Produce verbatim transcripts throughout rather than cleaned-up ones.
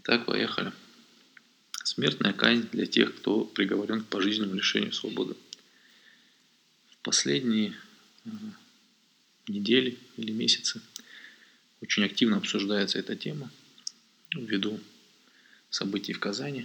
Итак, поехали. Смертная казнь для тех, кто приговорен к пожизненному лишению свободы. В последние э, недели или месяцы очень активно обсуждается эта тема ввиду событий в Казани.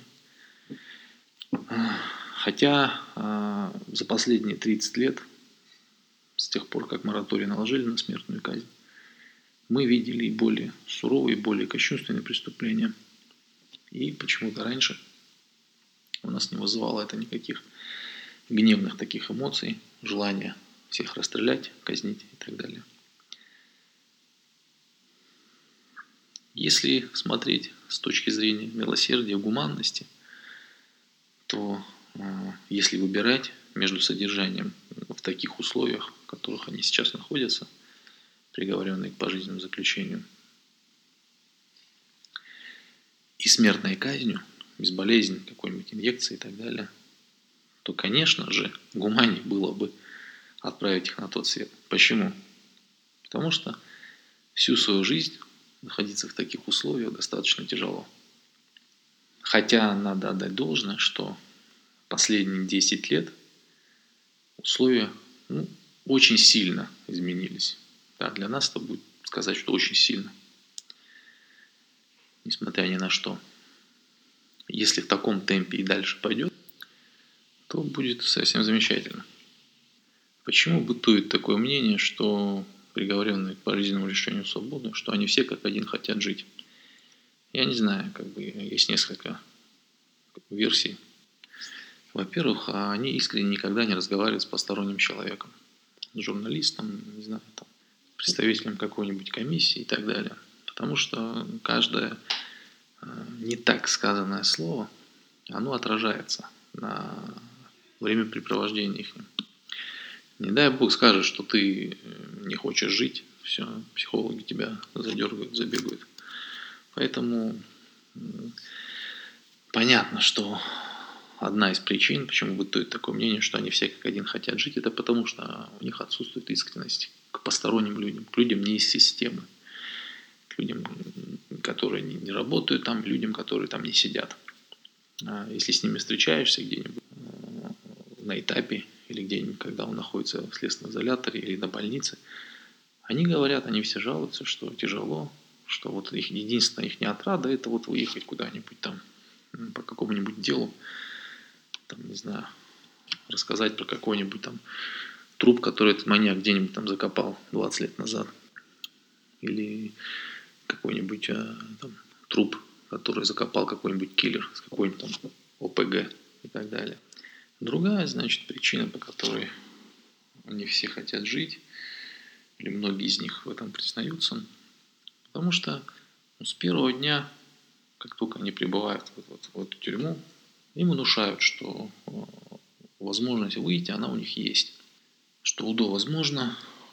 Хотя э, за последние тридцать лет, с тех пор, как мораторий наложили на смертную казнь, мы видели и более суровые, и более кощунственные преступления. И почему-то раньше у нас не вызывало это никаких гневных таких эмоций, желания всех расстрелять, казнить и так далее. Если смотреть с точки зрения милосердия, гуманности, то э, если выбирать между содержанием в таких условиях, в которых они сейчас находятся, приговоренные к пожизненному заключению, и смертной казнью, без болезни, какой-нибудь инъекции и так далее, то, конечно же, гуманнее было бы отправить их на тот свет. Почему? Потому что всю свою жизнь находиться в таких условиях достаточно тяжело. Хотя надо отдать должное, что последние десять лет условия ну, очень сильно изменились. Да, для нас это будет сказать, что очень сильно. Несмотря ни на что. Если в таком темпе и дальше пойдет, то будет совсем замечательно. Почему бытует такое мнение, что приговоренные к пожизненному лишению свободы, что они все как один хотят жить? Я не знаю, как бы есть несколько версий. Во-первых, они искренне никогда не разговаривают с посторонним человеком, с журналистом, не знаю, там, представителем какой-нибудь комиссии и так далее. Потому что каждое не так сказанное слово, оно отражается на времяпрепровождении их. Не дай бог скажешь, что ты не хочешь жить, все, психологи тебя задергают, забегают. Поэтому понятно, что одна из причин, почему бытует такое мнение, что они все как один хотят жить, это потому что у них отсутствует искренность к посторонним людям, к людям не из системы, к людям, которые не работают там, людям, которые там не сидят. А если с ними встречаешься где-нибудь на этапе или где-нибудь, когда он находится в следственном изоляторе или на больнице, они говорят, они все жалуются, что тяжело, что вот их единственная их отрада это вот выехать куда-нибудь там по какому-нибудь делу, там, не знаю, рассказать про какой-нибудь там труп, который этот маньяк где-нибудь там закопал двадцать лет назад. Или какой-нибудь там, труп, который закопал какой-нибудь киллер с какой-нибудь там о пэ гэ и так далее. Другая, значит, причина, по которой не все хотят жить, или многие из них в этом признаются, потому что ну, с первого дня, как только они прибывают в, вот, в эту тюрьму, им внушают, что возможность выйти, она у них есть. Что УДО возможно,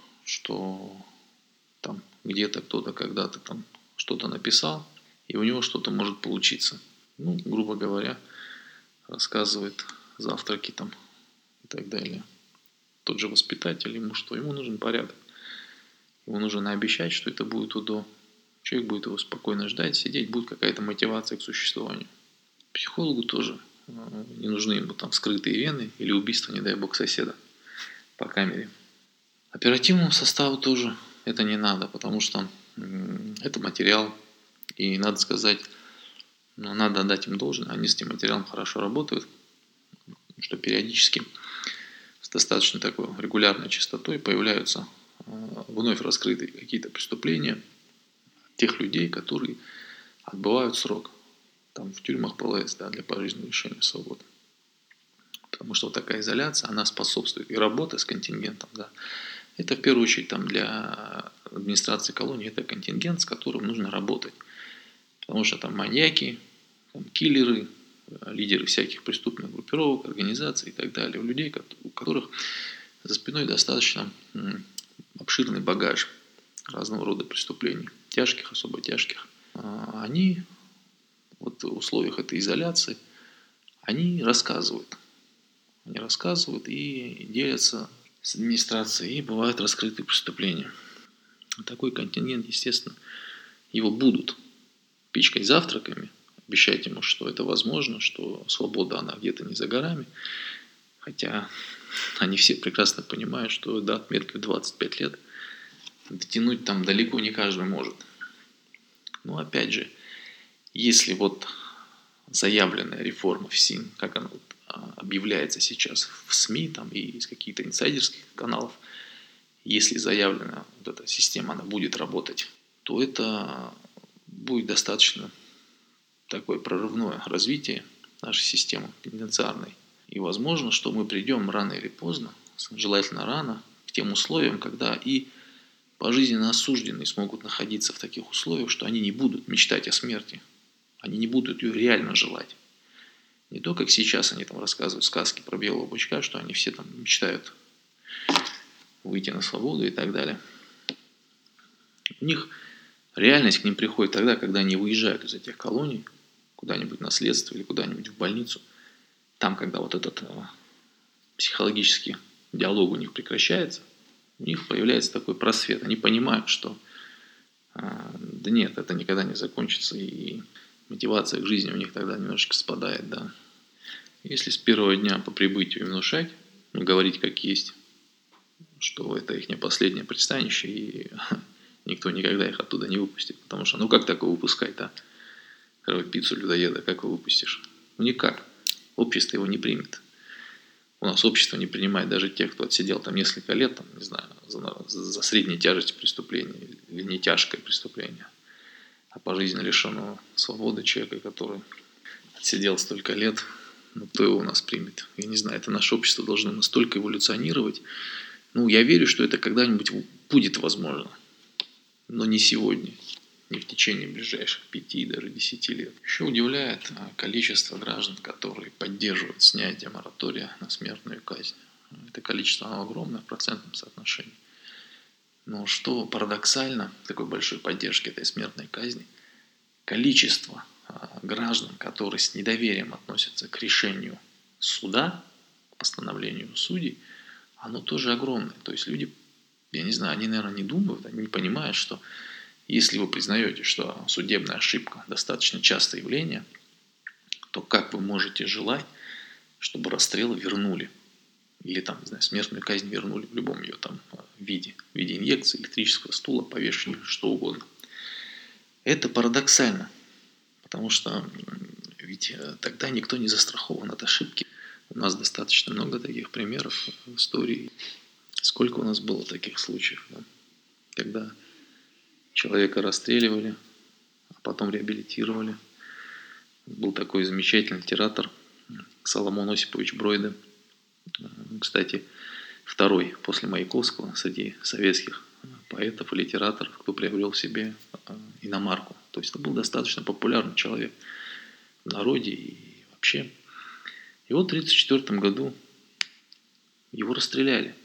что там где-то кто-то когда-то там что-то написал, и у него что-то может получиться. Ну, грубо говоря, рассказывает завтраки там и так далее. Тот же воспитатель, ему что? Ему нужен порядок. Ему нужно обещать, что это будет УДО. Человек будет его спокойно ждать, сидеть, будет какая-то мотивация к существованию. Психологу тоже не нужны ему там скрытые вены или убийство, не дай бог, соседа по камере. Оперативному составу тоже это не надо, потому что это материал. И надо сказать, ну, надо отдать им должное, они с этим материалом хорошо работают, что периодически с достаточно такой регулярной частотой появляются вновь раскрытые какие-то преступления тех людей, которые отбывают срок там, в тюрьмах пэ эл эс, да, для пожизненного лишения свободы. Потому что вот такая изоляция, она способствует и работе с контингентом. Да. Это в первую очередь там, для администрации колонии, это контингент, с которым нужно работать. Потому что там маньяки, там, киллеры, лидеры всяких преступных группировок, организаций и так далее. У людей, у которых за спиной достаточно обширный багаж разного рода преступлений, тяжких, особо тяжких. Они вот в условиях этой изоляции, они рассказывают. Они рассказывают и делятся с администрацией, и бывают раскрытые преступления. Такой контингент, естественно, его будут пичкать завтраками, обещать ему, что это возможно, что свобода, она где-то не за горами. Хотя они все прекрасно понимают, что до отметки двадцать пять лет дотянуть там далеко не каждый может. Но опять же, если вот заявленная реформа в СИН, как она вот объявляется сейчас в СМИ там, и из каких-то инсайдерских каналов, если заявлена вот эта система, она будет работать, то это будет достаточно такое прорывное развитие нашей системы пенитенциарной. И возможно, что мы придем рано или поздно, желательно рано, к тем условиям, когда и пожизненно осужденные смогут находиться в таких условиях, что они не будут мечтать о смерти, они не будут ее реально желать. Не то, как сейчас они там рассказывают сказки про белого бычка, что они все там мечтают выйти на свободу и так далее. У них реальность к ним приходит тогда, когда они выезжают из этих колоний, куда-нибудь на следствие или куда-нибудь в больницу. Там, когда вот этот э, психологический диалог у них прекращается, у них появляется такой просвет. Они понимают, что э, да нет, это никогда не закончится, и мотивация к жизни у них тогда немножечко спадает, да. Если с первого дня по прибытию им внушать, ну, говорить как есть, что это их не последнее пристанище, и никто никогда их оттуда не выпустит. Потому что, ну как такое выпускать, да? Кровопийцу, людоеда, как его выпустишь? Ну никак. Общество его не примет. У нас общество не принимает даже тех, кто отсидел там несколько лет, там, не знаю, за, за средней тяжесть преступления или не тяжкое преступление. А пожизненно лишенного свободы человека, который отсидел столько лет, ну кто его у нас примет? Я не знаю, это наше общество должно настолько эволюционировать. Ну, я верю, что это когда-нибудь будет возможно. Но не сегодня, не в течение ближайших пяти, даже десяти лет. Еще удивляет количество граждан, которые поддерживают снятие моратория на смертную казнь. Это количество оно огромное в процентном соотношении. Но что парадоксально, такой большой поддержки этой смертной казни, количество граждан, которые с недоверием относятся к решению суда, к постановлению судей, оно тоже огромное. То есть люди, я не знаю, они, наверное, не думают, они не понимают, что если вы признаете, что судебная ошибка достаточно частое явление, то как вы можете желать, чтобы расстрел вернули? Или там, не знаю, смертную казнь вернули в любом ее там виде. В виде инъекции, электрического стула, повешения, что угодно. Это парадоксально. Потому что ведь тогда никто не застрахован от ошибки. У нас достаточно много таких примеров в истории. Сколько у нас было таких случаев, да? Когда человека расстреливали, а потом реабилитировали. Был такой замечательный литератор Соломон Осипович Бройда. Кстати, второй после Маяковского среди советских поэтов и литераторов, кто приобрел в себе иномарку. То есть это был достаточно популярный человек в народе и вообще. И вот в тысяча девятьсот тридцать четвёртом году его расстреляли.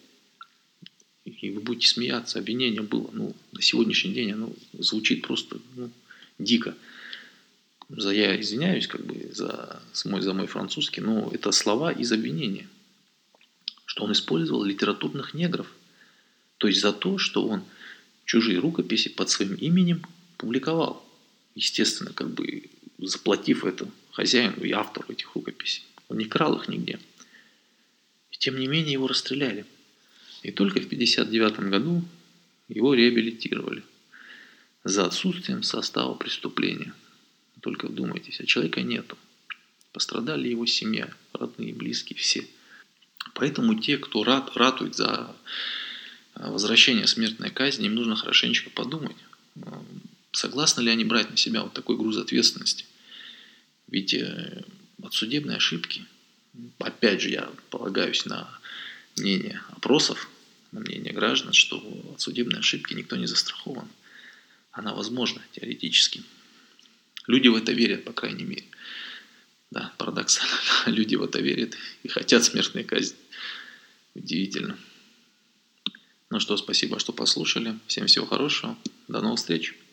И вы будете смеяться, обвинение было, ну, на сегодняшний день оно звучит просто ну, дико. За, я извиняюсь как бы за мой, за мой французский, но это слова из обвинения, что он использовал литературных негров. То есть за то, что он чужие рукописи под своим именем публиковал. Естественно, как бы заплатив это хозяину и автору этих рукописей. Он не крал их нигде. И тем не менее его расстреляли. И только в пятьдесят девятом году его реабилитировали за отсутствием состава преступления. Только вдумайтесь, а человека нету. Пострадали его семья, родные, близкие, все. Поэтому те, кто рад, ратует за возвращение смертной казни, им нужно хорошенечко подумать, согласны ли они брать на себя вот такой груз ответственности. Ведь от судебной ошибки, опять же, я полагаюсь на мнение опросов, на мнение граждан, что от судебной ошибки никто не застрахован. Она возможна теоретически. Люди в это верят, по крайней мере. Да, парадоксально. Люди в это верят и хотят смертной казни. Удивительно. Ну что, спасибо, что послушали. Всем всего хорошего. До новых встреч.